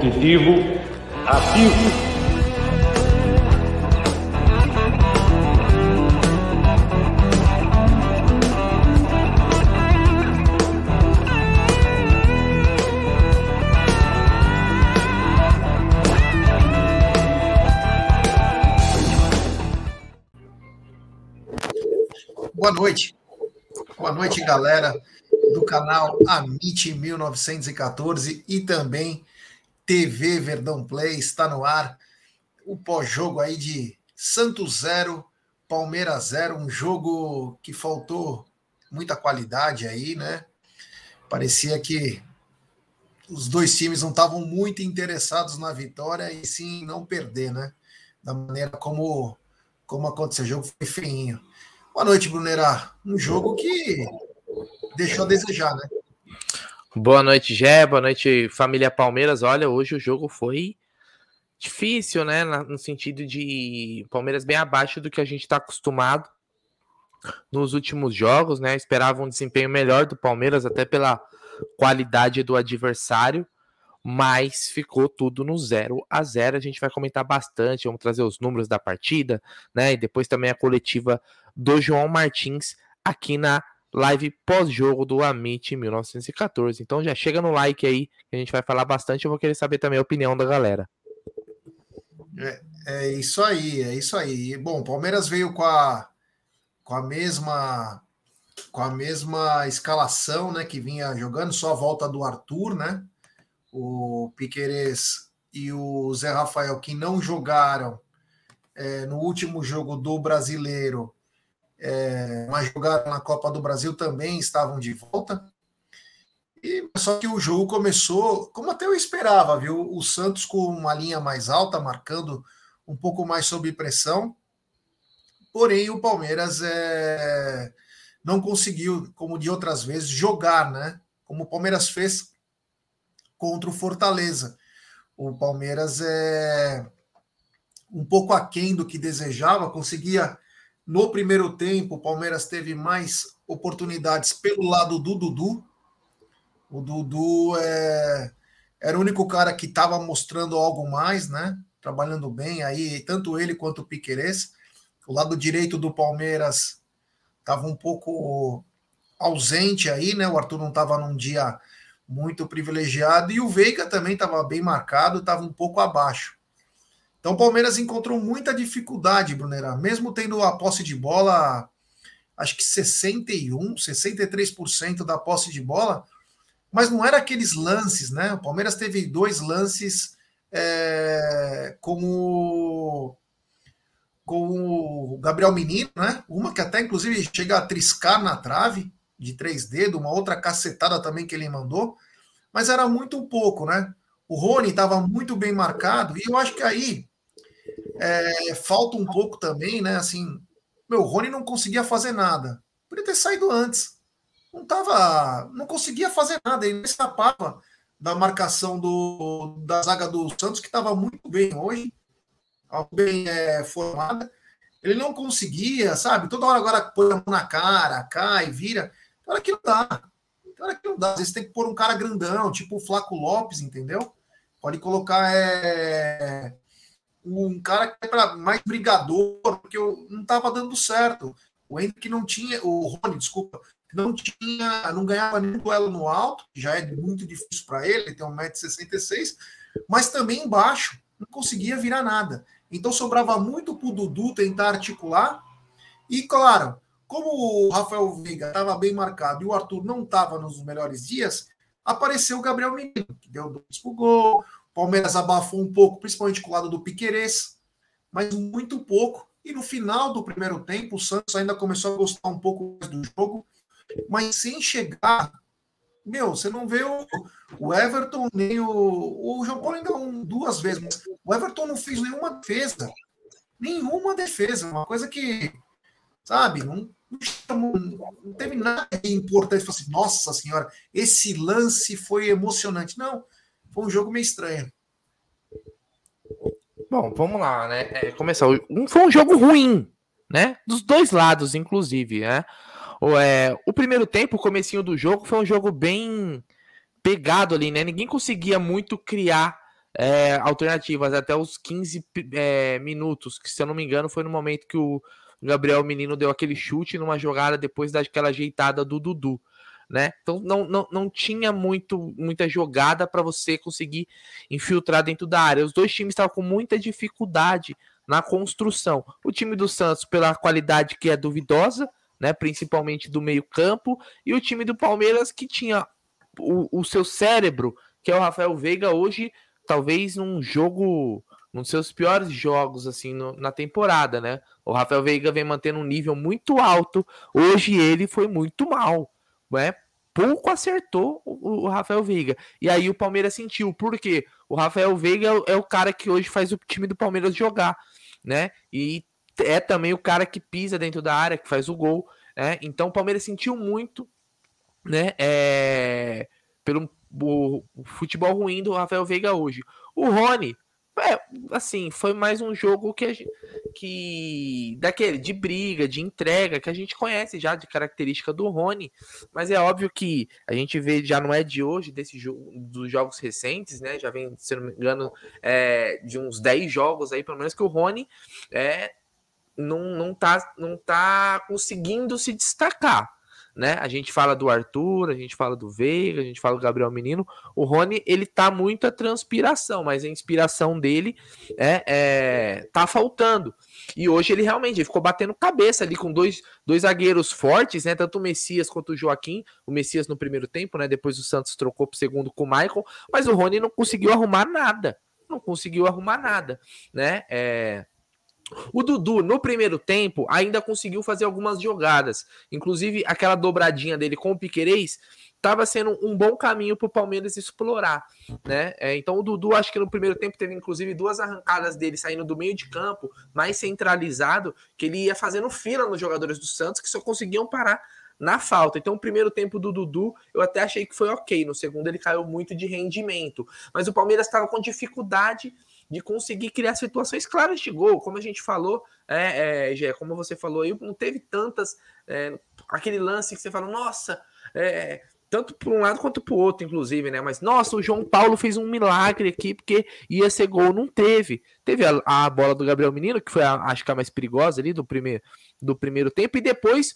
competitivo, ativo. Boa noite, galera do canal Amit 1914 e também TV Verdão Play. Está no ar o pós-jogo aí de Santos 0, Palmeiras 0, um jogo que faltou muita qualidade aí, né? Parecia que os dois times não estavam muito interessados na vitória e sim não perder, né? Da maneira como aconteceu, o jogo foi feinho. Boa noite, Brunerá. Um jogo que deixou a desejar, né? Boa noite, Gé. Boa noite, família Palmeiras. Olha, hoje o jogo foi difícil, né? No sentido de Palmeiras bem abaixo do que a gente está acostumado nos últimos jogos, né? Esperava um desempenho melhor do Palmeiras, até pela qualidade do adversário, mas ficou tudo no 0-0. A gente vai comentar bastante, vamos trazer os números da partida, né? E depois também a coletiva do João Martins aqui na live pós-jogo do Amit 1914. Então já chega no like aí, que a gente vai falar bastante. Eu vou querer saber também a opinião da galera. É isso aí. Bom, o Palmeiras veio com a mesma escalação, né, que vinha jogando, só a volta do Arthur, né? O Piquerez e o Zé Rafael, que não jogaram no último jogo do Brasileiro, mas jogaram na Copa do Brasil, também estavam de volta. Só que o jogo começou, como até eu esperava, viu? O Santos com uma linha mais alta, marcando um pouco mais sob pressão. Porém, o Palmeiras não conseguiu, como de outras vezes, jogar, né? Como o Palmeiras fez contra o Fortaleza. O Palmeiras um pouco aquém do que desejava, conseguia. No primeiro tempo, o Palmeiras teve mais oportunidades pelo lado do Dudu. O Dudu era o único cara que estava mostrando algo mais, né? Trabalhando bem aí, tanto ele quanto o Piquerez. O lado direito do Palmeiras estava um pouco ausente aí, né? O Arthur não estava num dia muito privilegiado e o Veiga também estava bem marcado, estava um pouco abaixo. Então o Palmeiras encontrou muita dificuldade, Brunerá, mesmo tendo a posse de bola, acho que 63% da posse de bola, mas não era aqueles lances, né? O Palmeiras teve 2 lances com o Gabriel Menino, né? Uma que até inclusive chega a triscar na trave de 3 dedos, uma outra cacetada também que ele mandou, mas era muito pouco, né? O Rony estava muito bem marcado e eu acho que aí falta um pouco também, né? Assim, o Rony não conseguia fazer nada. Podia ter saído antes. Não conseguia fazer nada, ele escapava da marcação da zaga do Santos, que estava muito bem hoje, bem formada. Ele não conseguia, sabe? Toda hora agora põe a mão na cara, cai, vira. Tem hora que não dá. Às vezes tem que pôr um cara grandão, tipo o Flaco Lopes, entendeu? Pode colocar um cara que é mais brigador, porque não estava dando certo. O Henrique não tinha, o Rony, desculpa, não ganhava nenhum duelo no alto, que já é muito difícil para ele tem 1,66 m, mas também embaixo não conseguia virar nada. Então sobrava muito para o Dudu tentar articular. E claro, como o Rafael Veiga estava bem marcado e o Arthur não estava nos melhores dias, apareceu o Gabriel Menino, que deu 2 para o gol. O Palmeiras abafou um pouco, principalmente com o lado do Piquerez, mas muito pouco. E no final do primeiro tempo, o Santos ainda começou a gostar um pouco mais do jogo, mas sem chegar. Você não vê o Everton, nem o João Paulo ainda 2 vezes, mas o Everton não fez nenhuma defesa, uma coisa que, sabe, não teve nada importante. Assim, nossa senhora, esse lance foi emocionante. Não, foi um jogo meio estranho. Bom, vamos lá, né? Começar. Foi um jogo ruim, né? Dos dois lados, inclusive, né? O primeiro tempo, o comecinho do jogo, foi um jogo bem pegado ali, né? Ninguém conseguia muito criar alternativas até os 15 minutos, que se eu não me engano foi no momento que o Gabriel Menino deu aquele chute numa jogada depois daquela ajeitada do Dudu, né? Então não tinha muita jogada para você conseguir infiltrar dentro da área. Os dois times estavam com muita dificuldade na construção. O time do Santos pela qualidade que é duvidosa, né? Principalmente do meio campo, e o time do Palmeiras que tinha o seu cérebro, que é o Rafael Veiga, hoje talvez num dos seus piores jogos assim na temporada, né? O Rafael Veiga vem mantendo um nível muito alto. Hoje ele foi muito mal, né? Pouco acertou o Rafael Veiga. E aí o Palmeiras sentiu, porque o Rafael Veiga é o cara que hoje faz o time do Palmeiras jogar, né? E é também o cara que pisa dentro da área, que faz o gol, né? Então o Palmeiras sentiu muito, né? Pelo o futebol ruim do Rafael Veiga hoje. O Rony, assim, foi mais um jogo que daquele de briga, de entrega, que a gente conhece já de característica do Rony, mas é óbvio que a gente vê, já não é de hoje, dos jogos recentes, né? Já vem, se não me engano, de uns 10 jogos aí, pelo menos, que o Rony não tá conseguindo se destacar, né? A gente fala do Arthur, a gente fala do Veiga, a gente fala do Gabriel Menino. O Rony, ele tá muito a transpiração, mas a inspiração dele tá faltando. E hoje ele realmente ficou batendo cabeça ali com dois zagueiros fortes, né? Tanto o Messias quanto o Joaquim. O Messias no primeiro tempo, né? Depois o Santos trocou pro segundo com o Michael, mas o Rony não conseguiu arrumar nada. Né? O Dudu, no primeiro tempo, ainda conseguiu fazer algumas jogadas. Inclusive, aquela dobradinha dele com o Piquerez estava sendo um bom caminho para o Palmeiras explorar, né? Então, o Dudu, acho que no primeiro tempo, teve inclusive 2 arrancadas dele saindo do meio de campo, mais centralizado, que ele ia fazendo fila nos jogadores do Santos, que só conseguiam parar na falta. Então, o primeiro tempo do Dudu, eu até achei que foi ok. No segundo, ele caiu muito de rendimento. Mas o Palmeiras estava com dificuldade de conseguir criar situações claras de gol, como a gente falou, como você falou aí, não teve tantas, aquele lance que você fala, nossa, tanto por um lado quanto por outro, inclusive, né, mas, nossa, o João Paulo fez um milagre aqui, porque ia ser gol, não teve. Teve a bola do Gabriel Menino, que foi, acho que a mais perigosa ali do primeiro tempo, e depois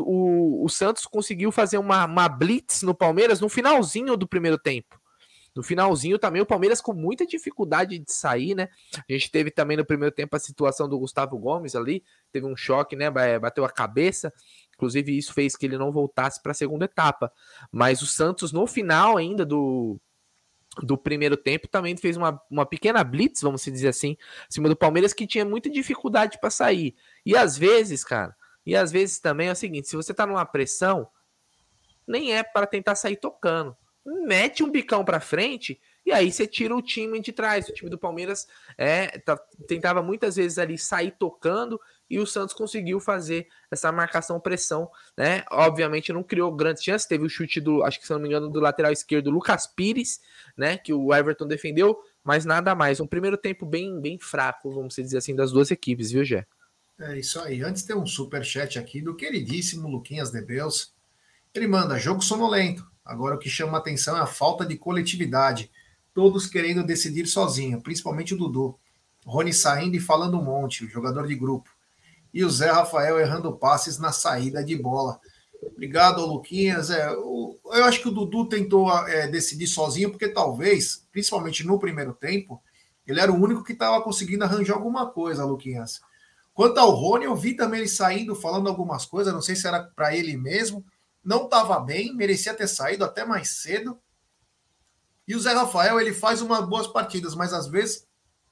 o Santos conseguiu fazer uma blitz no Palmeiras no finalzinho do primeiro tempo. No finalzinho também o Palmeiras com muita dificuldade de sair, né? A gente teve também no primeiro tempo a situação do Gustavo Gomes ali, teve um choque, né? Bateu a cabeça, inclusive isso fez que ele não voltasse para a segunda etapa. Mas o Santos no final ainda do primeiro tempo também fez uma pequena blitz, vamos dizer assim, em cima do Palmeiras, que tinha muita dificuldade para sair. E às vezes, cara, também é o seguinte, se você tá numa pressão, nem é para tentar sair tocando. Mete um bicão para frente e aí você tira o time de trás. O time do Palmeiras tentava muitas vezes ali sair tocando e o Santos conseguiu fazer essa marcação-pressão, né? Obviamente não criou grandes chances. Teve o chute acho que se não me engano, do lateral esquerdo, Lucas Pires, né? Que o Everton defendeu, mas nada mais. Um primeiro tempo bem, bem fraco, vamos dizer assim, das duas equipes, viu, Gé? É isso aí. Antes tem um superchat aqui do queridíssimo Luquinhas de Beus. Ele manda, jogo sonolento. Agora o que chama a atenção é a falta de coletividade. Todos querendo decidir sozinho, principalmente o Dudu. Rony saindo e falando um monte, o jogador de grupo. E o Zé Rafael errando passes na saída de bola. Obrigado, Luquinhas. Eu acho que o Dudu tentou decidir sozinho, porque talvez, principalmente no primeiro tempo, ele era o único que estava conseguindo arranjar alguma coisa, Luquinhas. Quanto ao Rony, eu vi também ele saindo, falando algumas coisas, não sei se era para ele mesmo. Não estava bem, merecia ter saído até mais cedo. E o Zé Rafael, ele faz umas boas partidas, mas às vezes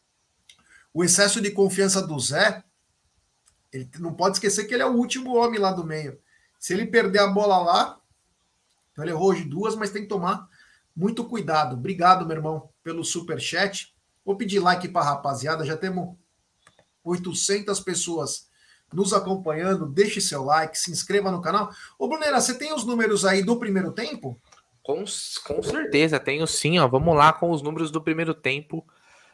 o excesso de confiança do Zé, ele não pode esquecer que ele é o último homem lá do meio. Se ele perder a bola lá, então ele errou hoje 2, mas tem que tomar muito cuidado. Obrigado, meu irmão, pelo superchat. Vou pedir like para a rapaziada, já temos 800 pessoas nos acompanhando, deixe seu like, se inscreva no canal. Ô, Brunera, você tem os números aí do primeiro tempo? Com certeza, tenho sim, ó. Vamos lá com os números do primeiro tempo.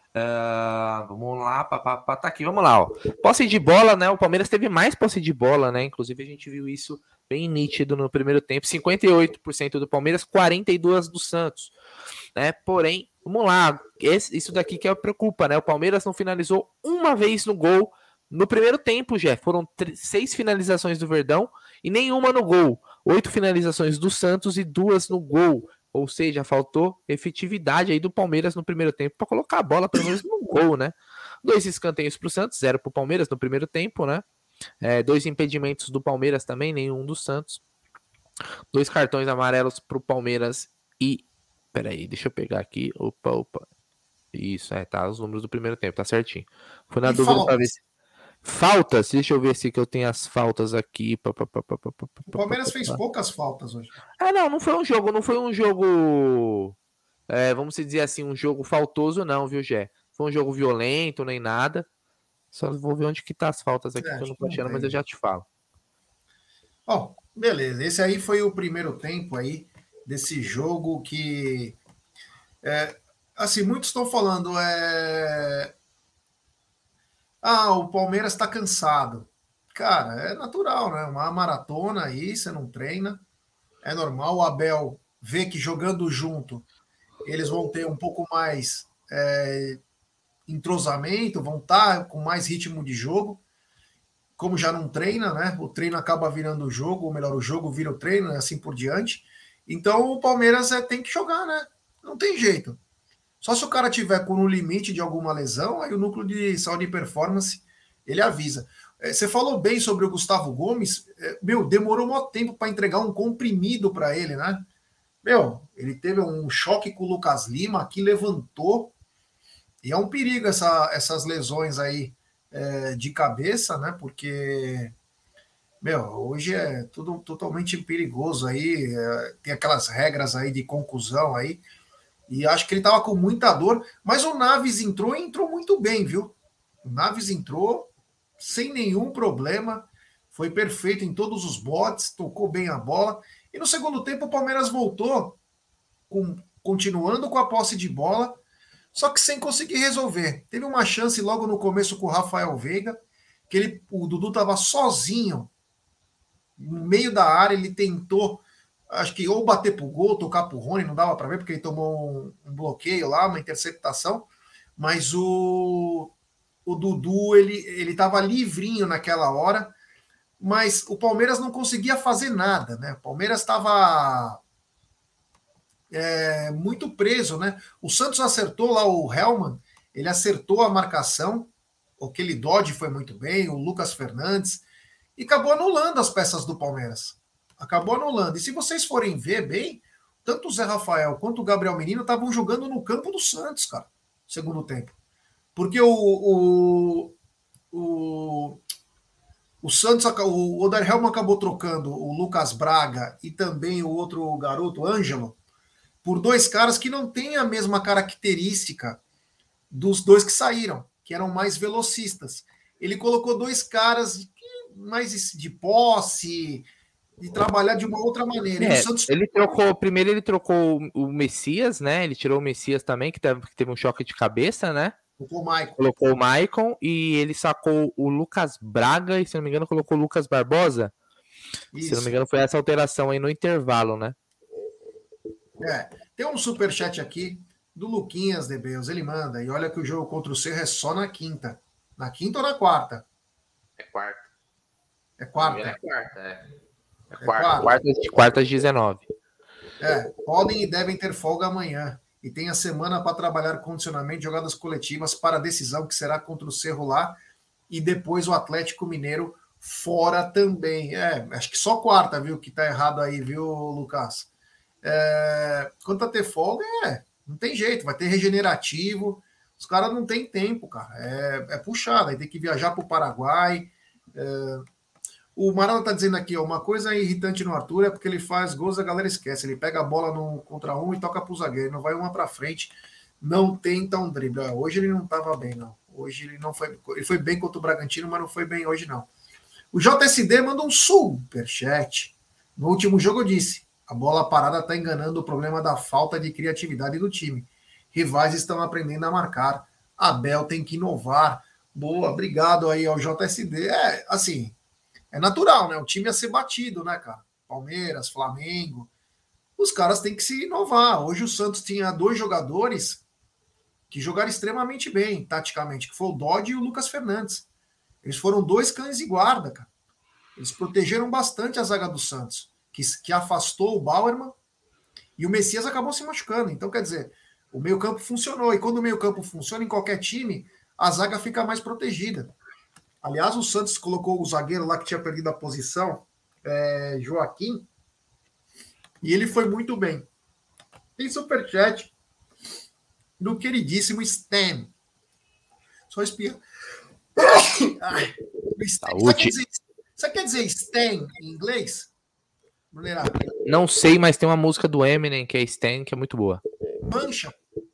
Vamos lá, tá aqui, vamos lá, ó. Posse de bola, né? O Palmeiras teve mais posse de bola, né? Inclusive a gente viu isso bem nítido no primeiro tempo. 58% do Palmeiras, 42% do Santos, né? Porém, Vamos lá, isso daqui que preocupa, né? O Palmeiras não finalizou uma vez no gol no primeiro tempo, Jeff. Foram 6 finalizações do Verdão e nenhuma no gol. 8 finalizações do Santos e 2 no gol. Ou seja, faltou efetividade aí do Palmeiras no primeiro tempo para colocar a bola pelo menos no gol, né? 2 escanteios para o Santos, 0 para o Palmeiras no primeiro tempo, né? 2 impedimentos do Palmeiras também, nenhum do Santos. 2 cartões amarelos para o Palmeiras e... Peraí, deixa eu pegar aqui. Opa. Isso, tá os números do primeiro tempo, tá certinho. Foi na dúvida para ver se... Faltas, deixa eu ver se que eu tenho as faltas aqui. O Palmeiras fez poucas faltas hoje. Não foi um jogo, vamos dizer assim, um jogo faltoso não, viu, Gé? Foi um jogo violento, nem nada. Só vou ver onde que tá as faltas aqui, que eu não tô achando, mas eu já te falo. Bom, beleza. Esse aí foi o primeiro tempo aí desse jogo que... assim, muitos estão falando... o Palmeiras está cansado. Cara, é natural, né? Uma maratona aí, você não treina. É normal. O Abel vê que jogando junto, eles vão ter um pouco mais entrosamento, vão estar com mais ritmo de jogo. Como já não treina, né? O treino acaba virando o jogo, ou melhor, o jogo vira o treino, assim por diante. Então o Palmeiras tem que jogar, né? Não tem jeito. Só se o cara tiver com o limite de alguma lesão, aí o núcleo de saúde e performance, ele avisa. Você falou bem sobre o Gustavo Gomes. Demorou muito tempo para entregar um comprimido para ele, né? Ele teve um choque com o Lucas Lima, que levantou. E é um perigo essas lesões aí de cabeça, né? Porque, hoje é tudo totalmente perigoso aí. Tem aquelas regras aí de concussão aí. E acho que ele estava com muita dor, mas o Naves entrou e entrou muito bem, viu? O Naves entrou sem nenhum problema, foi perfeito em todos os botes, tocou bem a bola. E no segundo tempo o Palmeiras voltou, continuando com a posse de bola, só que sem conseguir resolver. Teve uma chance logo no começo com o Rafael Veiga, que o Dudu estava sozinho no meio da área, ele tentou... acho que ou bater pro gol, tocar pro Rony, não dava para ver, porque ele tomou um bloqueio lá, uma interceptação, mas o Dudu, ele tava livrinho naquela hora, mas o Palmeiras não conseguia fazer nada, né? O Palmeiras estava muito preso, né? O Santos acertou lá, o Hellman, ele acertou a marcação, aquele Dodge foi muito bem, o Lucas Fernandes, e acabou anulando as peças do Palmeiras. Acabou anulando. E se vocês forem ver bem, tanto o Zé Rafael quanto o Gabriel Menino estavam jogando no campo do Santos, cara, segundo tempo. Porque o Santos, o Oder Helman acabou trocando o Lucas Braga e também o outro garoto, Ângelo, por 2 caras que não têm a mesma característica dos 2 que saíram, que eram mais velocistas. Ele colocou 2 caras mais de posse, de trabalhar de uma outra maneira. E o Santos... Primeiro ele trocou o Messias, né? Ele tirou o Messias também, que teve um choque de cabeça, né? Colocou o Maicon e ele sacou o Lucas Braga e, se não me engano, colocou o Lucas Barbosa. Isso. Se não me engano, foi essa alteração aí no intervalo, né? Tem um superchat aqui do Luquinhas de Beus, ele manda, e olha que o jogo contra o Cerro é só na quinta. Na quinta ou na quarta? É quarta. É quarta? É quarta. Quarta às 19. Podem e devem ter folga amanhã. E tem a semana para trabalhar condicionamento, jogadas coletivas para a decisão que será contra o Cerro lá. E depois o Atlético Mineiro fora também. Acho que só quarta, viu? Que tá errado aí, viu, Lucas? Quanto a ter folga, não tem jeito. Vai ter regenerativo. Os caras não têm tempo, cara. É puxado. Aí tem que viajar para o Paraguai. O Marlon tá dizendo aqui, uma coisa irritante no Arthur é porque ele faz gols, a galera esquece. Ele pega a bola no contra um e toca pro zagueiro, não vai uma para frente, não tenta um drible. Hoje ele não tava bem, não. Hoje ele não foi. Ele foi bem contra o Bragantino, mas não foi bem hoje, não. O JSD manda um superchat. No último jogo eu disse: a bola parada tá enganando o problema da falta de criatividade do time. Rivais estão aprendendo a marcar. Abel tem que inovar. Boa, obrigado aí ao JSD. Assim. É natural, né? O time ia ser batido, né, cara? Palmeiras, Flamengo. Os caras têm que se inovar. Hoje o Santos tinha 2 jogadores que jogaram extremamente bem, taticamente, que foi o Dodge e o Lucas Fernandes. Eles foram 2 cães de guarda, cara. Eles protegeram bastante a zaga do Santos, que afastou o Bauerman, e o Messias acabou se machucando. Então, quer dizer, o meio-campo funcionou. E quando o meio-campo funciona em qualquer time, a zaga fica mais protegida. Aliás, o Santos colocou o zagueiro lá que tinha perdido a posição, Joaquim, e ele foi muito bem. Tem superchat do queridíssimo Stan. Só espirra. Você quer dizer Stan em inglês? Não sei, mas tem uma música do Eminem que é Stan, que é muito boa. Mancha.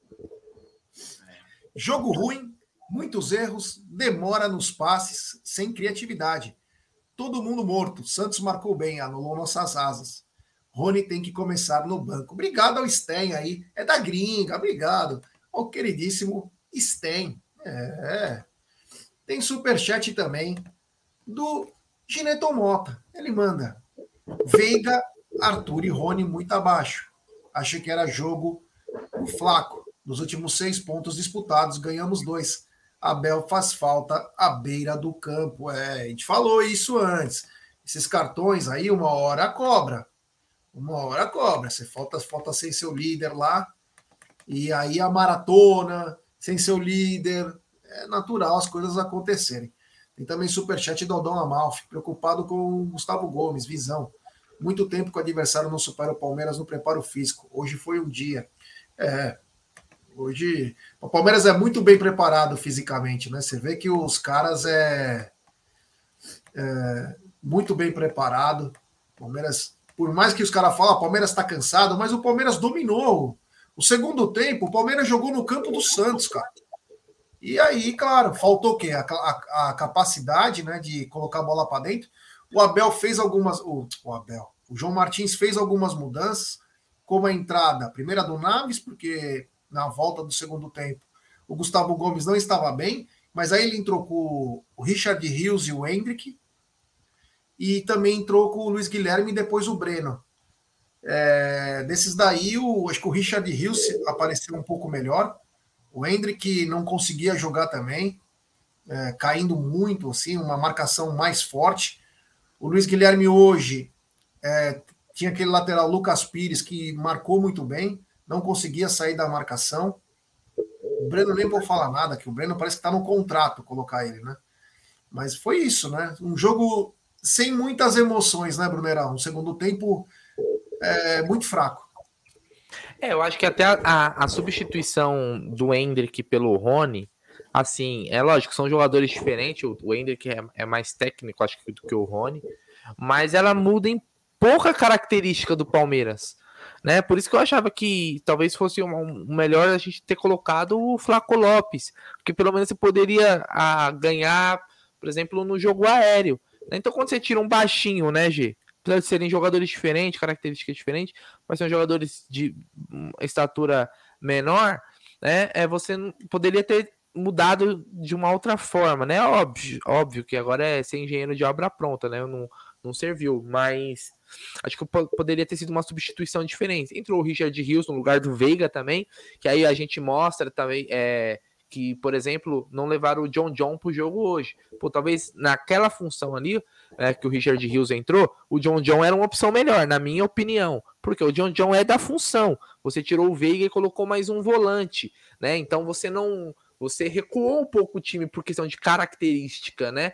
Jogo ruim, muitos erros, demora nos passes, sem criatividade. Todo mundo morto. Santos marcou bem, anulou nossas asas. Rony tem que começar no banco. Obrigado ao Stan aí. É da gringa, obrigado. Ao queridíssimo Stan. Tem superchat também do Gineton Mota. Ele manda: Veiga, Arthur e Rony muito abaixo. Achei que era jogo o Flaco. Dos últimos 6 pontos disputados, ganhamos 2. Abel faz falta à beira do campo. A gente falou isso antes. Esses cartões aí, uma hora cobra. Você falta sem seu líder lá. E aí a maratona, sem seu líder. É natural as coisas acontecerem. Tem também superchat do Aldão Amalfi, preocupado com o Gustavo Gomes, visão. Muito tempo que o adversário não supera o Palmeiras no preparo físico. Hoje foi um dia. Hoje o Palmeiras é muito bem preparado fisicamente, né? Você vê que os caras muito bem preparado. Palmeiras, por mais que os caras falem, o Palmeiras está cansado, mas o Palmeiras dominou. O segundo tempo, o Palmeiras jogou no campo do Santos, cara. E aí, claro, faltou o quê? A capacidade, né, de colocar a bola para dentro. O Abel fez algumas. O João Martins fez algumas mudanças, como a entrada, a primeira do Naves, porque na volta do segundo tempo o Gustavo Gomes não estava bem, mas aí ele entrou com o Richard Rios e o Hendrick, e também entrou com o Luiz Guilherme e depois o Breno. Desses daí, acho que o Richard Rios apareceu um pouco melhor. O Hendrick não conseguia jogar também, caindo muito, assim, uma marcação mais forte. O Luiz Guilherme hoje tinha aquele lateral Lucas Pires que marcou muito bem, não conseguia sair da marcação. O Breno nem vou falar nada, que o Breno parece que está no contrato colocar ele, né? Mas foi isso, né? Um jogo sem muitas emoções, né, Brunerão? Um segundo tempo muito fraco. Eu acho que até a substituição do Hendrick pelo Rony, assim, é lógico, são jogadores diferentes, o Hendrick é mais técnico, acho que, do que o Rony, mas ela muda em pouca característica do Palmeiras, né? Por isso que eu achava que talvez fosse melhor a gente ter colocado o Flaco Lopes, porque pelo menos você poderia ganhar, por exemplo, no jogo aéreo. Então quando você tira um baixinho, né, G? Apesar de serem jogadores diferentes, características diferentes, mas são jogadores de estatura menor, né? Você poderia ter mudado de uma outra forma, né? Óbvio que agora é ser engenheiro de obra pronta, né? Não serviu, mas acho que poderia ter sido uma substituição diferente. Entrou o Richard Rios no lugar do Veiga também, que aí a gente mostra também que, por exemplo, não levaram o John pro jogo hoje. Talvez naquela função ali, que o Richard Rios entrou, o John era uma opção melhor, na minha opinião. Porque o John é da função. Você tirou o Veiga e colocou mais um volante, né? Então você recuou um pouco o time por questão de característica, né?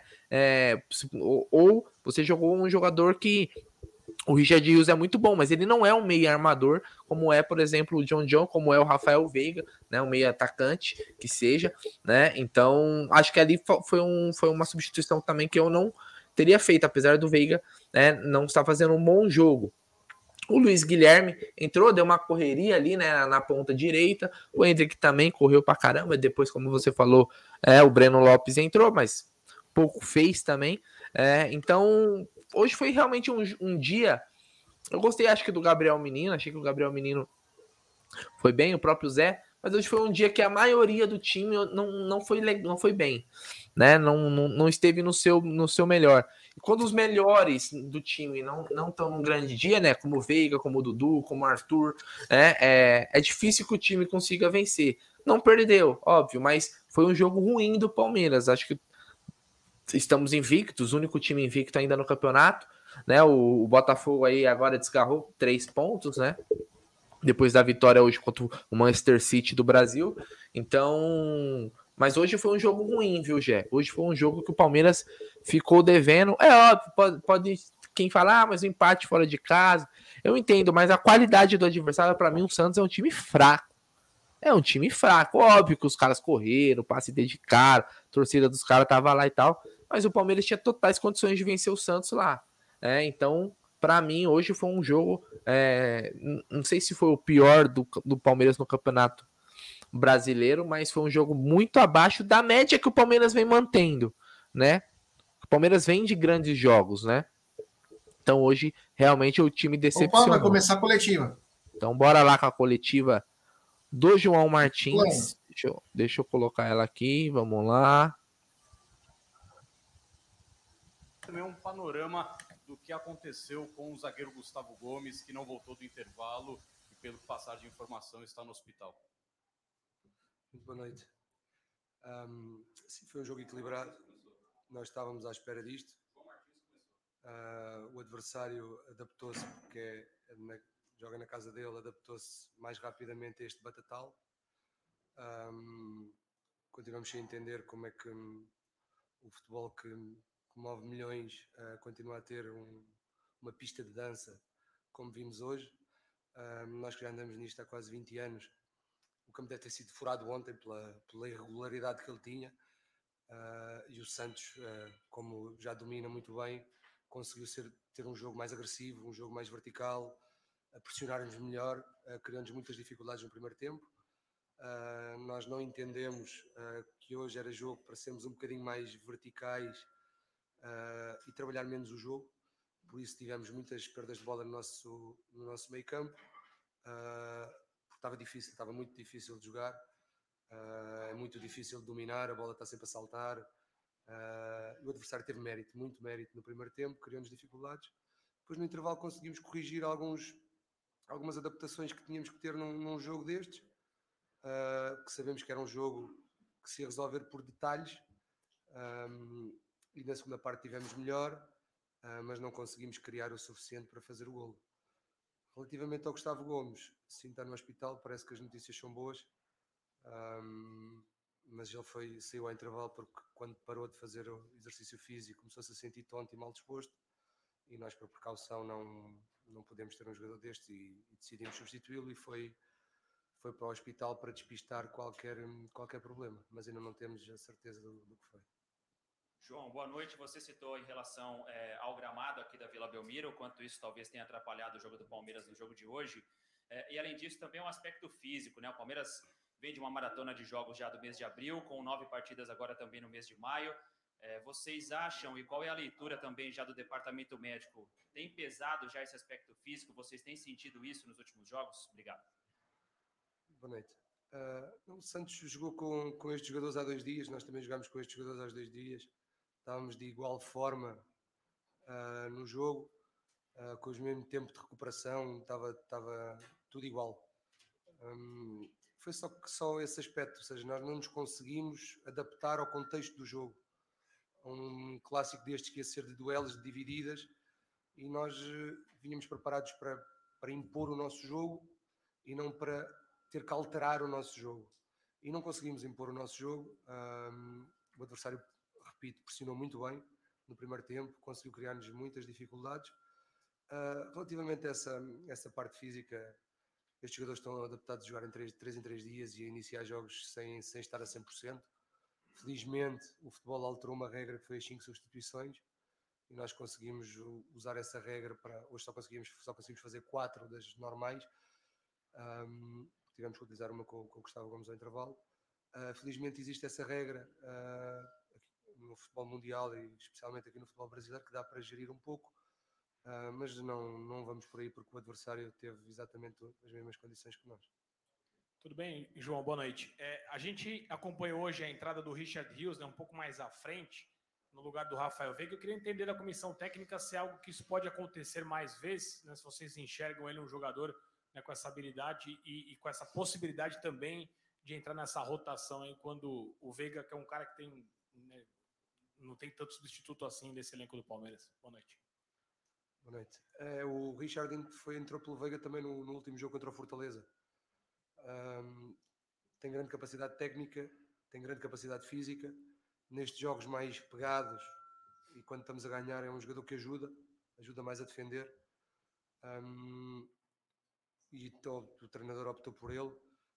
Ou você jogou um jogador que o Richard Rios é muito bom, mas ele não é um meia armador, como é, por exemplo, o John, como é o Rafael Veiga, né, um meia atacante, que seja, né, então acho que ali foi uma substituição também que eu não teria feito, apesar do Veiga, né, não estar fazendo um bom jogo. O Luiz Guilherme entrou, deu uma correria ali, né, na ponta direita, o Hendrick também correu pra caramba, depois, como você falou, o Breno Lopes entrou, mas pouco fez também, então hoje foi realmente um dia. Eu gostei, acho que do Gabriel Menino. Achei que o Gabriel Menino foi bem, o próprio Zé. Mas hoje foi um dia que a maioria do time não foi bem, né? Não esteve no seu melhor. E quando os melhores do time não estão num grande dia, né? Como o Veiga, como o Dudu, como o Arthur, né? É difícil que o time consiga vencer. Não perdeu, óbvio, mas foi um jogo ruim do Palmeiras. Acho que estamos invictos, o único time invicto ainda no campeonato, né? O Botafogo aí agora desgarrou 3 pontos, né? Depois da vitória hoje contra o Manchester City do Brasil. Então, mas hoje foi um jogo ruim, viu, Gé? Hoje foi um jogo que o Palmeiras ficou devendo. É óbvio, pode quem falar, mas o empate fora de casa, eu entendo, mas a qualidade do adversário, para mim, o Santos é um time fraco. É um time fraco, óbvio que os caras correram, passe dedicaram, a torcida dos caras tava lá e tal, mas o Palmeiras tinha totais condições de vencer o Santos lá. Então, para mim, hoje foi um jogo, não sei se foi o pior do Palmeiras no Campeonato Brasileiro, mas foi um jogo muito abaixo da média que o Palmeiras vem mantendo, né? O Palmeiras vem de grandes jogos, né? Então hoje realmente o time decepcionou. Opa, vai começar a coletiva. Então bora lá com a coletiva do João Martins. Deixa eu colocar ela aqui, vamos lá. Também um panorama do que aconteceu com o zagueiro Gustavo Gomes, que não voltou do intervalo e, pelo que passar de informação, está no hospital. Muito boa noite. Sim, foi um jogo equilibrado. Nós estávamos à espera disto. O adversário adaptou-se, porque joga na casa dele, adaptou-se mais rapidamente a este batatal. Continuamos sem entender como é que o futebol que move milhões continua a ter uma pista de dança como vimos hoje. Nós que já andamos nisto há quase 20 anos, o campo deve ter sido furado ontem pela irregularidade que ele tinha, e o Santos, como já domina muito bem, conseguiu ter um jogo mais agressivo, um jogo mais vertical, a pressionar-nos melhor, criando-nos muitas dificuldades no primeiro tempo. Nós não entendemos que hoje era jogo para sermos um bocadinho mais verticais e trabalhar menos o jogo, por isso tivemos muitas perdas de bola no nosso meio campo, porque estava muito difícil de jogar, é muito difícil de dominar, a bola está sempre a saltar. O adversário teve muito mérito no primeiro tempo, criou-nos dificuldades. Depois no intervalo conseguimos corrigir algumas adaptações que tínhamos que ter num jogo destes, que sabemos que era um jogo que se ia resolver por detalhes, e na segunda parte tivemos melhor, mas não conseguimos criar o suficiente para fazer o golo. Relativamente ao Gustavo Gomes, sim, está no hospital, parece que as notícias são boas, mas ele saiu ao intervalo porque quando parou de fazer o exercício físico começou-se a sentir tonto e mal disposto, e nós, por precaução, não podemos ter um jogador deste e decidimos substituí-lo, e foi para o hospital para despistar qualquer problema, mas ainda não temos a certeza do que foi. João, boa noite. Você citou em relação ao gramado aqui da Vila Belmiro, o quanto isso talvez tenha atrapalhado o jogo do Palmeiras no jogo de hoje. E além disso, também um aspecto físico, né? O Palmeiras vem de uma maratona de jogos já do mês de abril, com 9 partidas agora também no mês de maio. Vocês acham, e qual é a leitura também já do departamento médico, tem pesado já esse aspecto físico? Vocês têm sentido isso nos últimos jogos? Obrigado. Boa noite. O Santos jogou com estes jogadores há 2 dias, nós também jogámos com estes jogadores há 2 dias. Estávamos de igual forma no jogo, com o mesmo tempo de recuperação, estava tudo igual. Foi só esse aspecto, ou seja, nós não nos conseguimos adaptar ao contexto do jogo. Um clássico destes que ia ser de duelos, de divididas, e nós vínhamos preparados para impor o nosso jogo e não para ter que alterar o nosso jogo. E não conseguimos impor o nosso jogo. O adversário, repito, pressionou muito bem no primeiro tempo, conseguiu criar-nos muitas dificuldades. Relativamente a essa parte física, estes jogadores estão adaptados a jogar em 3 em 3 dias e a iniciar jogos sem estar a 100%. Felizmente, o futebol alterou uma regra que foi as 5 substituições, e nós conseguimos usar essa regra hoje só conseguimos fazer 4 das normais. Tivemos que utilizar uma com o Gustavo Gomes ao intervalo. Felizmente existe essa regra no futebol mundial e especialmente aqui no futebol brasileiro, que dá para gerir um pouco, mas não vamos por aí, porque o adversário teve exatamente as mesmas condições que nós. Tudo bem, João? Boa noite. A gente acompanhou hoje a entrada do Richard Rios, né, um pouco mais à frente. no lugar do Rafael Veiga. Eu queria entender da comissão técnica se é algo que isso pode acontecer mais vezes, né? Se vocês enxergam ele um jogador, né, com essa habilidade e com essa possibilidade também de entrar nessa rotação aí, quando o Veiga, que é um cara que tem, né, não tem tanto substituto assim nesse elenco do Palmeiras. Boa noite. Boa noite. O Richard entrou pelo Veiga também no último jogo contra o Fortaleza. Tem grande capacidade técnica, tem grande capacidade física. Nestes jogos mais pegados e quando estamos a ganhar, é um jogador que ajuda mais a defender. E o treinador optou por ele,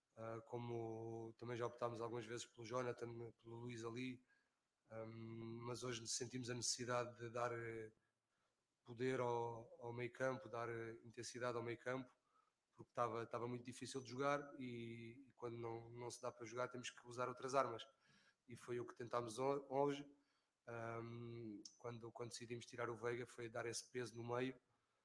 como também já optámos algumas vezes pelo Jonathan, pelo Luís Ali, mas hoje sentimos a necessidade de dar poder ao meio campo, dar intensidade ao meio campo, porque estava muito difícil de jogar e quando não se dá para jogar temos que usar outras armas, e foi o que tentámos hoje. Quando decidimos tirar o Veiga, foi dar esse peso no meio,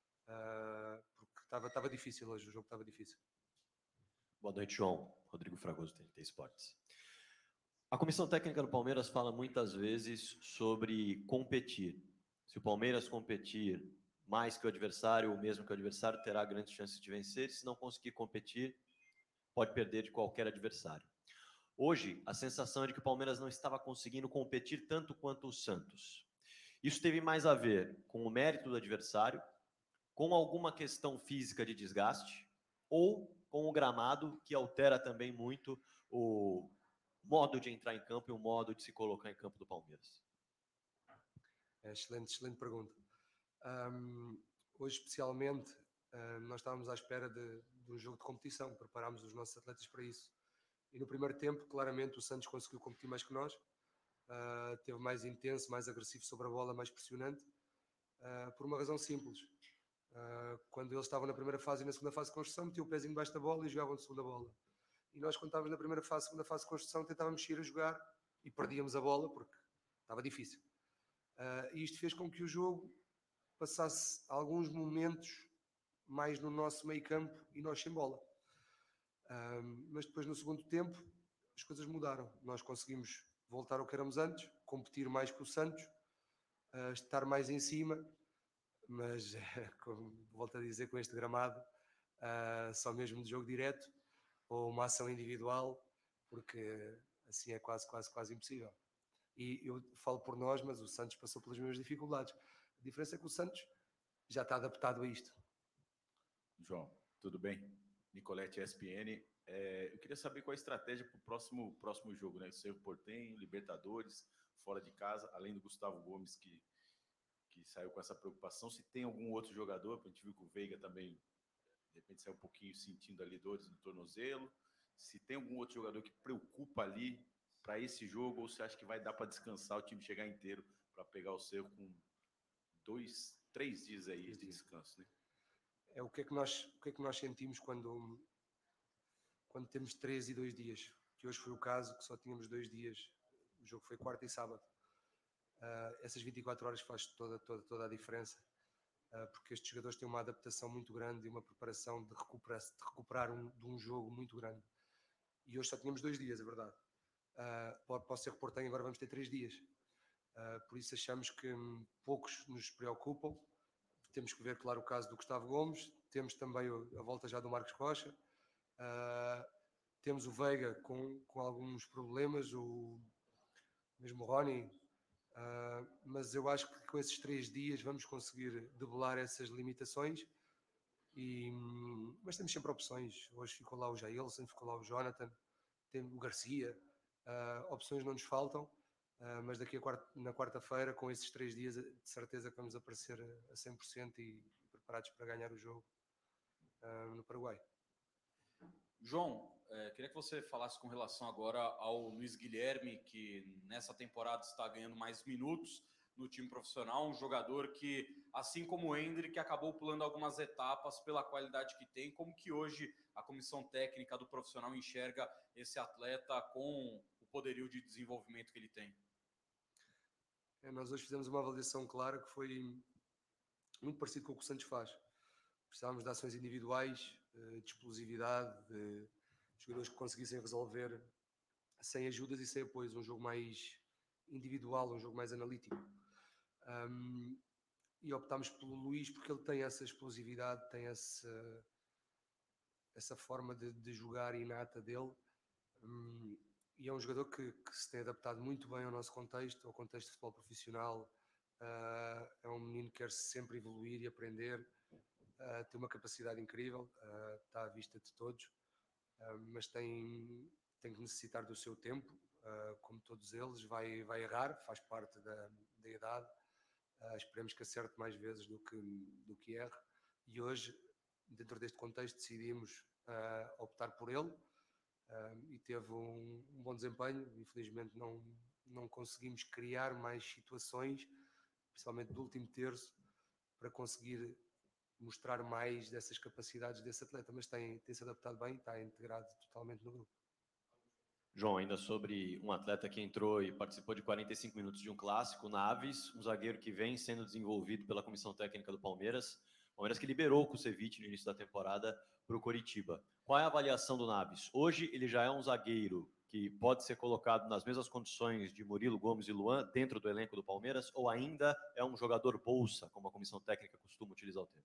porque estava difícil hoje, o jogo estava difícil. Boa noite, João. Rodrigo Fragoso, TNT Esportes. A comissão técnica do Palmeiras fala muitas vezes sobre competir. Se o Palmeiras competir mais que o adversário, ou mesmo que o adversário, terá grandes chances de vencer. Se não conseguir competir, pode perder de qualquer adversário. Hoje, a sensação é de que o Palmeiras não estava conseguindo competir tanto quanto o Santos. Isso teve mais a ver com o mérito do adversário, com alguma questão física de desgaste, ou com o gramado, que altera também muito o modo de entrar em campo e o modo de se colocar em campo do Palmeiras. Excelente pergunta. Hoje, especialmente, nós estávamos à espera de um jogo de competição, preparámos os nossos atletas para isso. E no primeiro tempo, claramente, o Santos conseguiu competir mais que nós, teve mais intenso, mais agressivo sobre a bola, mais pressionante, por uma razão simples. Quando eles estavam na primeira fase e na segunda fase de construção, metiam o pezinho debaixo da bola e jogavam de segunda bola. E nós, quando estávamos na primeira fase, segunda fase de construção, tentávamos sair a jogar e perdíamos a bola porque estava difícil. E isto fez com que o jogo passasse alguns momentos mais no nosso meio campo e nós sem bola. Mas depois, no segundo tempo, as coisas mudaram. Nós conseguimos voltar ao que éramos antes, competir mais com o Santos, estar mais em cima, mas, como volto a dizer, com este gramado, só mesmo de jogo direto ou uma ação individual, porque assim é quase impossível. E eu falo por nós, mas o Santos passou pelas mesmas dificuldades. A diferença é que o Santos já está adaptado a isto. João, tudo bem? Nicolete, ESPN. Eu queria saber qual a estratégia para o próximo jogo, né? Cerro Porteño, Libertadores, fora de casa, além do Gustavo Gomes, que saiu com essa preocupação. Se tem algum outro jogador, a gente viu que o Veiga também, de repente, saiu um pouquinho sentindo ali dores no tornozelo. Se tem algum outro jogador que preocupa ali para esse jogo, ou você acha que vai dar para descansar o time chegar inteiro para pegar o Cerro com 3 dias aí de descanso, né? O que é que nós sentimos quando temos 3 e 2 dias? Que hoje foi o caso, que só tínhamos 2 dias. O jogo foi quarta e sábado. Essas 24 horas faz toda a diferença, porque estes jogadores têm uma adaptação muito grande e uma preparação de recuperar de um jogo muito grande. E hoje só tínhamos 2 dias, é verdade. Para o Cerro Porteño agora vamos ter 3 dias. Por isso achamos que poucos nos preocupam. Temos que ver, claro, o caso do Gustavo Gomes. Temos também a volta já do Marcos Rocha. Temos o Veiga com alguns problemas, mesmo o Rony. Mas eu acho que com esses 3 dias vamos conseguir debelar essas limitações. Mas temos sempre opções. Hoje ficou lá o Jailson, ficou lá o Jonathan, tem o Garcia. Opções não nos faltam. Mas daqui na quarta-feira, com esses 3 dias, de certeza que vamos aparecer a 100% e preparados para ganhar o jogo no Paraguai. João, queria que você falasse com relação agora ao Luiz Guilherme, que nessa temporada está ganhando mais minutos no time profissional, um jogador que, assim como o Endrick, acabou pulando algumas etapas pela qualidade que tem. Como que hoje a comissão técnica do profissional enxerga esse atleta com o poderio de desenvolvimento que ele tem? Nós hoje fizemos uma avaliação clara que foi muito parecido com o que o Santos faz. Precisávamos de ações individuais, de explosividade, de jogadores que conseguissem resolver sem ajudas e sem apoios, um jogo mais individual, um jogo mais analítico. E optámos pelo Luís porque ele tem essa explosividade, tem essa forma de jogar inata dele, e é um jogador que se tem adaptado muito bem ao nosso contexto, ao contexto de futebol profissional. É um menino que quer sempre evoluir e aprender, tem uma capacidade incrível, está à vista de todos, mas tem que necessitar do seu tempo, como todos eles, vai errar, faz parte da idade. Esperemos que acerte mais vezes do que erre, e hoje, dentro deste contexto, decidimos optar por ele, e teve um bom desempenho. Infelizmente não conseguimos criar mais situações, principalmente do último terço, para conseguir mostrar mais dessas capacidades desse atleta, mas tem-se adaptado bem, está integrado totalmente no grupo. João, ainda sobre um atleta que entrou e participou de 45 minutos de um clássico, Naves, um zagueiro que vem sendo desenvolvido pela comissão técnica do Palmeiras. Palmeiras que liberou o Kusevich no início da temporada para o Coritiba. Qual é a avaliação do Naves? Hoje ele já é um zagueiro que pode ser colocado nas mesmas condições de Murilo, Gomes e Luan dentro do elenco do Palmeiras, ou ainda é um jogador bolsa, como a comissão técnica costuma utilizar o termo?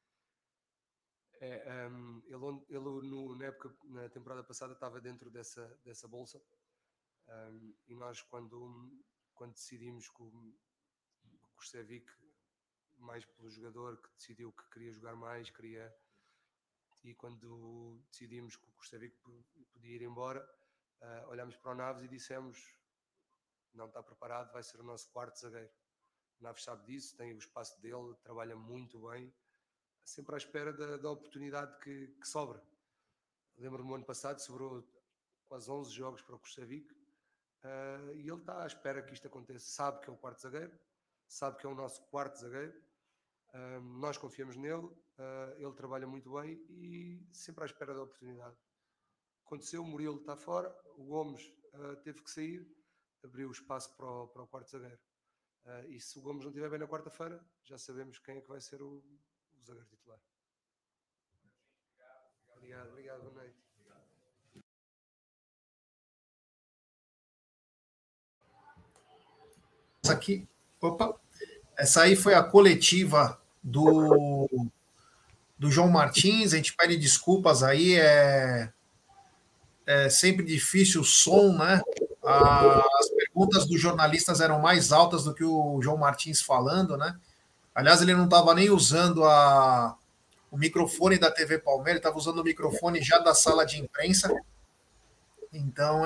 Na temporada passada estava dentro dessa bolsa, e nós quando decidimos que o Kusevich, mais pelo jogador que decidiu que queria jogar mais, e quando decidimos que o Kusevich podia ir embora, olhámos para o Naves e dissemos: não está preparado, vai ser o nosso quarto zagueiro. O Naves sabe disso, tem o espaço dele, trabalha muito bem, sempre à espera da oportunidade que sobra. Lembro-me, no ano passado sobrou quase 11 jogos para o Kusevich, e ele está à espera que isto aconteça. Sabe que é o quarto zagueiro, sabe que é o nosso quarto zagueiro, nós confiamos nele, ele trabalha muito bem e sempre à espera da oportunidade. Aconteceu, o Murilo está fora, o Gomes teve que sair, abriu espaço para o quarto zagueiro. E se o Gomes não estiver bem na quarta-feira, já sabemos quem é que vai ser o zagueiro titular. Obrigado, boa noite. Essa aí foi a coletiva do João Martins. A gente pede desculpas aí, é sempre difícil o som, né? As perguntas dos jornalistas eram mais altas do que o João Martins falando, né? Aliás, ele não estava nem usando o microfone da TV Palmeiras, estava usando o microfone já da sala de imprensa. Então,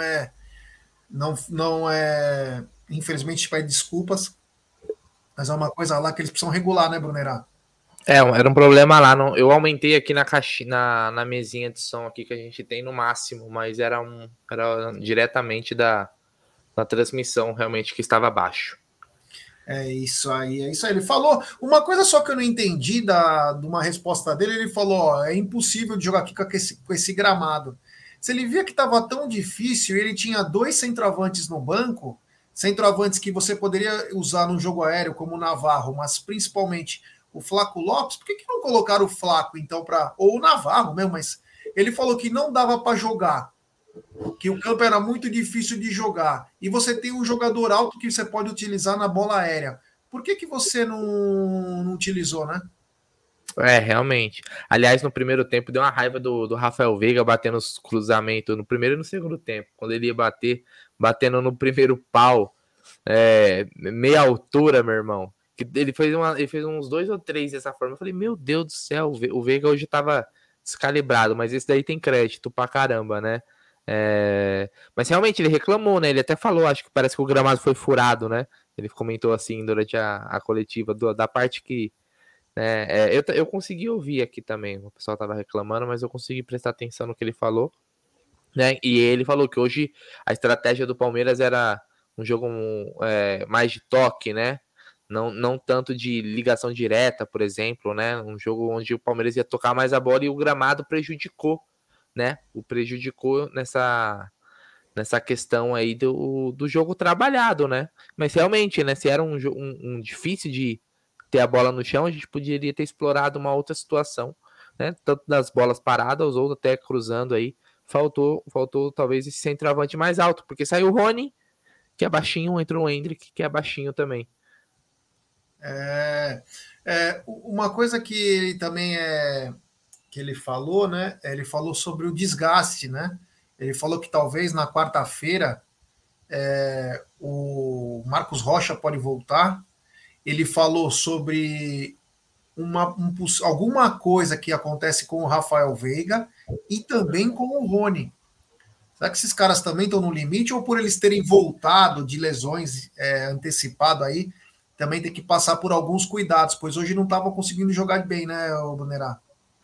infelizmente, pede desculpas, mas é uma coisa lá que eles precisam regular, né, Brunerá? Era um problema lá. Eu aumentei aqui na mesinha de som aqui que a gente tem no máximo, mas era diretamente da transmissão realmente que estava baixo. É isso aí. Ele falou uma coisa só que eu não entendi de uma resposta dele. Ele falou: é impossível de jogar aqui com esse gramado. Se ele via que estava tão difícil, ele tinha 2 centroavantes no banco, centroavantes que você poderia usar no jogo aéreo, como o Navarro, mas principalmente o Flaco Lopes. Por que não colocaram o Flaco, então, ou o Navarro mesmo? Mas ele falou que não dava para jogar, que o campo era muito difícil de jogar, e você tem um jogador alto que você pode utilizar na bola aérea. Por que você não utilizou, né? Realmente. Aliás, no primeiro tempo deu uma raiva do Rafael Veiga batendo os cruzamentos no primeiro e no segundo tempo. Quando ele ia batendo no primeiro pau, meia altura, meu irmão. Ele fez uns 2 ou 3 dessa forma. Eu falei, meu Deus do céu, o Veiga hoje tava descalibrado, mas esse daí tem crédito pra caramba, né? Mas realmente ele reclamou, né? Ele até falou, acho que parece que o gramado foi furado, né? Ele comentou assim durante a coletiva da parte que eu consegui ouvir aqui também. O pessoal tava reclamando, mas eu consegui prestar atenção no que ele falou, né? E ele falou que hoje a estratégia do Palmeiras era um jogo mais de toque, né? Não tanto de ligação direta, por exemplo, né? Um jogo onde o Palmeiras ia tocar mais a bola e o gramado prejudicou, né? Prejudicou nessa questão aí do jogo trabalhado, né? Mas realmente, né? Se era um difícil de ter a bola no chão, a gente poderia ter explorado uma outra situação, né? Tanto das bolas paradas ou até cruzando aí. Faltou talvez esse centroavante mais alto, porque saiu o Rony, que é baixinho, entrou o Endrick, que é baixinho também. Uma coisa que ele também que ele falou, né? Ele falou sobre o desgaste, né? Ele falou que talvez na quarta-feira o Marcos Rocha pode voltar. Ele falou sobre alguma coisa que acontece com o Rafael Veiga e também com o Rony. Será que esses caras também estão no limite ou por eles terem voltado de lesões antecipado aí, também tem que passar por alguns cuidados, pois hoje não estavam conseguindo jogar bem, né, Bonerá?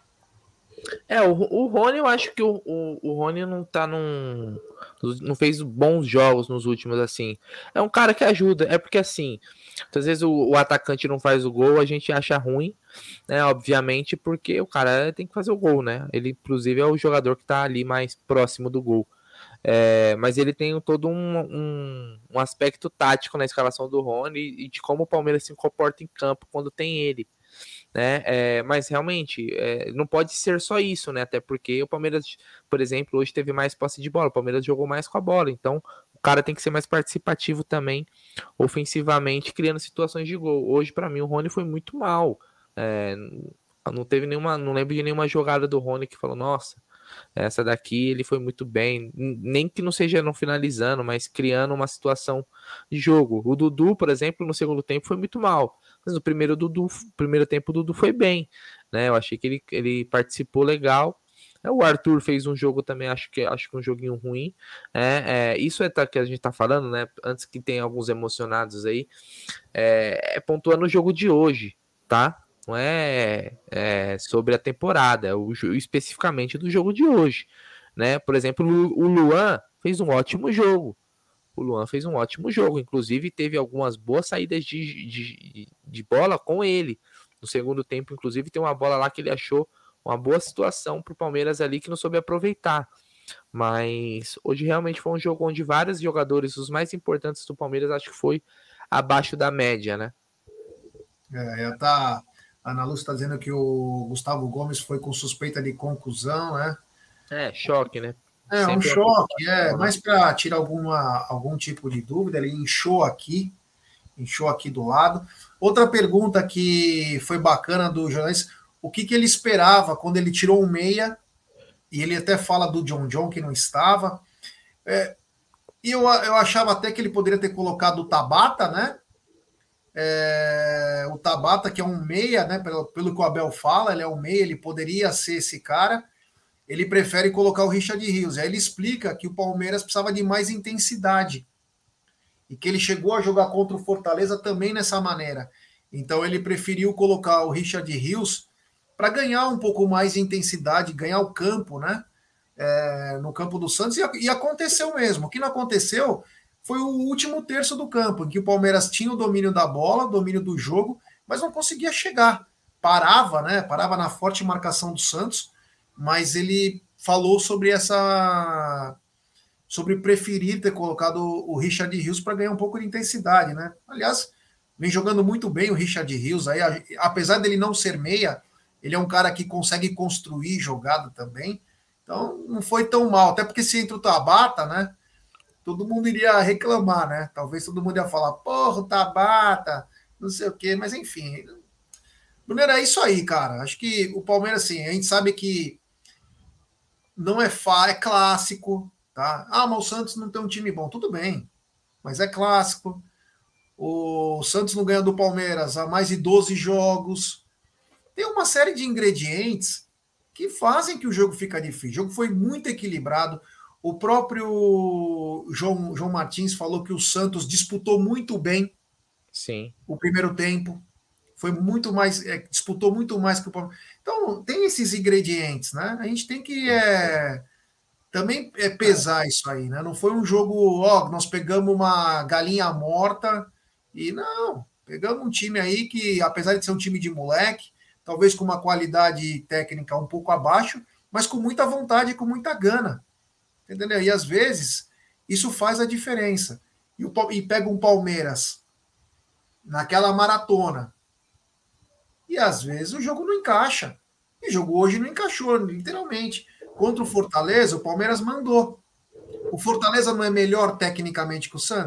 O Rony, eu acho que o Rony não tá não fez bons jogos nos últimos, assim. É um cara que ajuda, é porque assim, às vezes o atacante não faz o gol, a gente acha ruim, né, obviamente, porque o cara tem que fazer o gol, né, ele inclusive é o jogador que tá ali mais próximo do gol. Mas ele tem todo um aspecto tático na escalação do Rony e de como o Palmeiras se comporta em campo quando tem ele, né? Mas realmente não pode ser só isso, né? Até porque o Palmeiras, por exemplo, hoje teve mais posse de bola, o Palmeiras jogou mais com a bola, então o cara tem que ser mais participativo também, ofensivamente, criando situações de gol. Hoje, para mim, o Rony foi muito mal. Não teve não lembro de nenhuma jogada do Rony que falou, nossa, essa daqui ele foi muito bem, nem que não seja não finalizando, mas criando uma situação de jogo. O Dudu, por exemplo, no segundo tempo foi muito mal, mas no primeiro tempo o Dudu foi bem, né? Eu achei que ele participou legal. O Arthur fez um jogo também, acho que um joguinho ruim. Isso que a gente tá falando, né? Antes que tenha alguns emocionados aí, pontuando o jogo de hoje, tá? Não é sobre a temporada, especificamente do jogo de hoje, né? Por exemplo, o Luan fez um ótimo jogo. Inclusive teve algumas boas saídas de bola com ele. No segundo tempo, inclusive, tem uma bola lá que ele achou uma boa situação para o Palmeiras ali que não soube aproveitar. Mas hoje realmente foi um jogo onde vários jogadores, os mais importantes do Palmeiras, acho que foi abaixo da média, né? A Ana Lúcia está dizendo que o Gustavo Gomes foi com suspeita de contusão, né? Choque, né? Um choque, mas para tirar algum tipo de dúvida, ele inchou aqui do lado. Outra pergunta que foi bacana do jornalista, o que ele esperava quando ele tirou um meia, e ele até fala do John que não estava, e eu achava até que ele poderia ter colocado o Tabata, né? O Tabata, que é um meia, né? Pelo que o Abel fala, ele é um meia, ele poderia ser esse cara. Ele prefere colocar o Richard Rios. Aí ele explica que o Palmeiras precisava de mais intensidade e que ele chegou a jogar contra o Fortaleza também nessa maneira. Então ele preferiu colocar o Richard Rios para ganhar um pouco mais de intensidade, ganhar o campo, né? No campo do Santos, e aconteceu mesmo. O que não aconteceu foi o último terço do campo, em que o Palmeiras tinha o domínio da bola, o domínio do jogo, mas não conseguia chegar. Parava, né? Parava na forte marcação do Santos, mas ele falou sobre preferir ter colocado o Richard Rios para ganhar um pouco de intensidade, né? Aliás, vem jogando muito bem o Richard Rios, aí, apesar dele não ser meia, ele é um cara que consegue construir jogada também, então não foi tão mal, até porque se entra o Tabata, né? Todo mundo iria reclamar, né? Talvez todo mundo ia falar, porra, o Tabata, não sei o quê, mas enfim. Bruneiro, é isso aí, cara. Acho que o Palmeiras, assim, a gente sabe que não é clássico, tá? Mas o Santos não tem um time bom. Tudo bem, mas é clássico. O Santos não ganha do Palmeiras há mais de 12 jogos. Tem uma série de ingredientes que fazem que o jogo fica difícil. O jogo foi muito equilibrado. O próprio João Martins falou que o Santos disputou muito bem. Sim. O primeiro tempo. Foi muito mais, disputou muito mais que o Palmeiras. Então, tem esses ingredientes, né? A gente tem que também pesar isso aí, né? Não foi um jogo, nós pegamos uma galinha morta e não, pegamos um time aí que, apesar de ser um time de moleque, talvez com uma qualidade técnica um pouco abaixo, mas com muita vontade e com muita gana. Entendeu? E às vezes isso faz a diferença. E pega um Palmeiras naquela maratona. E às vezes o jogo não encaixa. E o jogo hoje não encaixou, literalmente. Contra o Fortaleza, o Palmeiras mandou. O Fortaleza não é melhor tecnicamente que o Santos?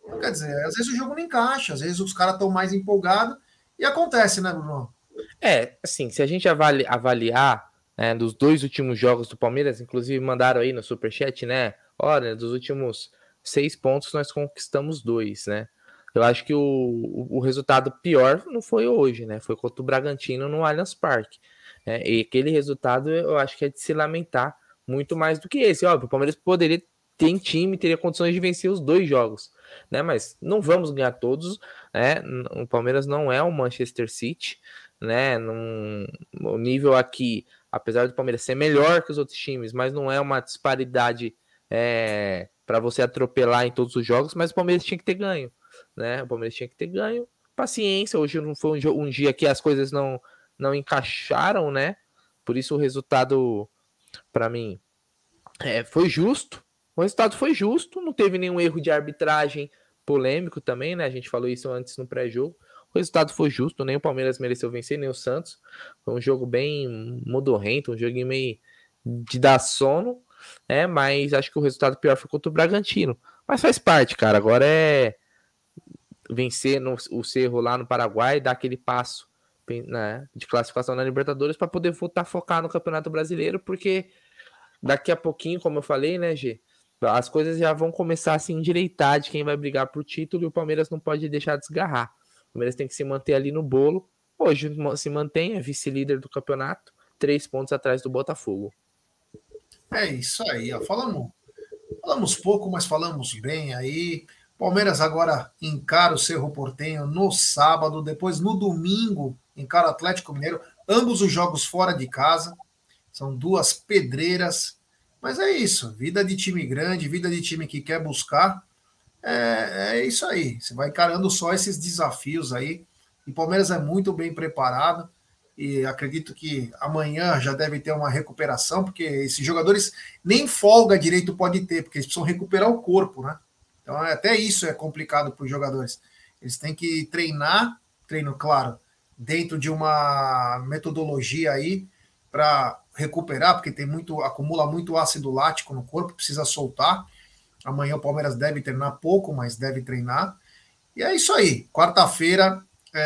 Quer dizer, às vezes o jogo não encaixa, às vezes os caras estão mais empolgados e acontece, né, Bruno? Assim, se a gente avaliar dos 2 últimos jogos do Palmeiras, inclusive mandaram aí no Superchat, né? Olha, dos últimos 6 pontos nós conquistamos 2, né? Eu acho que o resultado pior não foi hoje, né? Foi contra o Bragantino no Allianz Parque. E aquele resultado eu acho que é de se lamentar muito mais do que esse. Óbvio, o Palmeiras poderia ter time, teria condições de vencer os 2 jogos, né? Mas não vamos ganhar todos, né? O Palmeiras não é o Manchester City, né? O nível aqui, apesar do Palmeiras ser melhor que os outros times, mas não é uma disparidade para você atropelar em todos os jogos, mas o Palmeiras tinha que ter ganho, né? O Palmeiras tinha que ter ganho. Paciência, hoje não foi um dia que as coisas não encaixaram, né? Por isso o resultado, para mim, foi justo. O resultado foi justo, não teve nenhum erro de arbitragem polêmico também, né? A gente falou isso antes no pré-jogo. O resultado foi justo, nem o Palmeiras mereceu vencer, nem o Santos. Foi um jogo bem modorrento, um joguinho meio de dar sono, né? Mas acho que o resultado pior foi contra o Bragantino. Mas faz parte, cara. Agora é vencer o Cerro lá no Paraguai, dar aquele passo, né, de classificação na Libertadores para poder voltar a focar no Campeonato Brasileiro, porque daqui a pouquinho, como eu falei, né, G, as coisas já vão começar a se endireitar de quem vai brigar por título e o Palmeiras não pode deixar desgarrar. O Palmeiras tem que se manter ali no bolo. Hoje se mantém, é vice-líder do campeonato, 3 pontos atrás do Botafogo. É isso aí, ó. Falamos pouco, mas falamos bem aí. Palmeiras agora encara o Cerro Porteño no sábado, depois no domingo encara o Atlético Mineiro, ambos os jogos fora de casa. São 2 pedreiras. Mas é isso, vida de time grande, vida de time que quer buscar. É isso aí. Você vai encarando só esses desafios aí. E o Palmeiras é muito bem preparado. E acredito que amanhã já deve ter uma recuperação, porque esses jogadores nem folga direito pode ter, porque eles precisam recuperar o corpo, né? Então até isso é complicado para os jogadores. Eles têm que treinar, treino, claro, dentro de uma metodologia aí para recuperar, porque acumula muito ácido lático no corpo, precisa soltar. Amanhã o Palmeiras deve treinar pouco, mas deve treinar. E é isso aí. Quarta-feira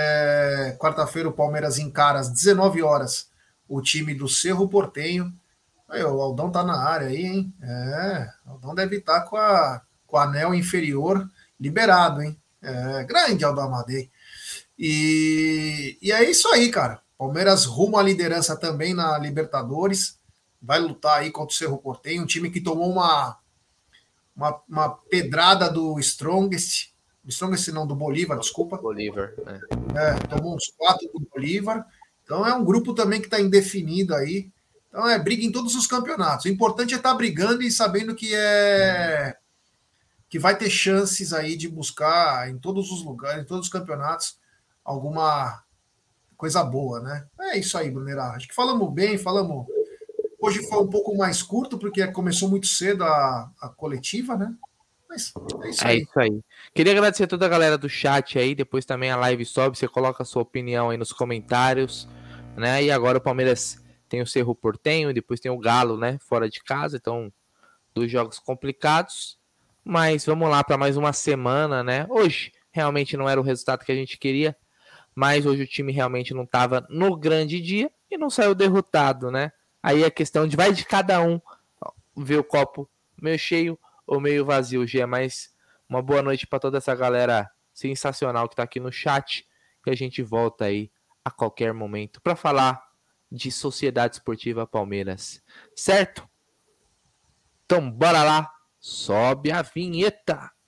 o Palmeiras encara às 19 horas o time do Cerro Porteño. Aí, o Aldão tá na área aí, hein? O Aldão deve estar com o anel inferior liberado, hein? Grande Aldão Amadei. E é isso aí, cara. Palmeiras rumo à liderança também na Libertadores. Vai lutar aí contra o Cerro Porteño, um time que tomou uma pedrada do Strongest. Não, do Bolívar, desculpa. Bolívar, tomou uns 4 do Bolívar. Então é um grupo também que está indefinido aí. Então briga em todos os campeonatos. O importante é estar brigando e sabendo que vai ter chances aí de buscar em todos os lugares, em todos os campeonatos, alguma coisa boa, né? É isso aí, Brunerá. Acho que falamos bem, Hoje foi um pouco mais curto, porque começou muito cedo a coletiva, né? Mas é isso aí. É isso aí. Queria agradecer a toda a galera do chat aí, depois também a live sobe, você coloca a sua opinião aí nos comentários, né? E agora o Palmeiras tem o Cerro Porteño, depois tem o Galo, né? Fora de casa, então 2 jogos complicados, mas vamos lá para mais uma semana, né? Hoje realmente não era o resultado que a gente queria, mas hoje o time realmente não estava no grande dia e não saiu derrotado, né? Aí a questão vai de cada um ver o copo meio cheio ou meio vazio, Gia. Mas uma boa noite para toda essa galera sensacional que está aqui no chat, que a gente volta aí a qualquer momento para falar de Sociedade Esportiva Palmeiras, certo? Então bora lá, sobe a vinheta.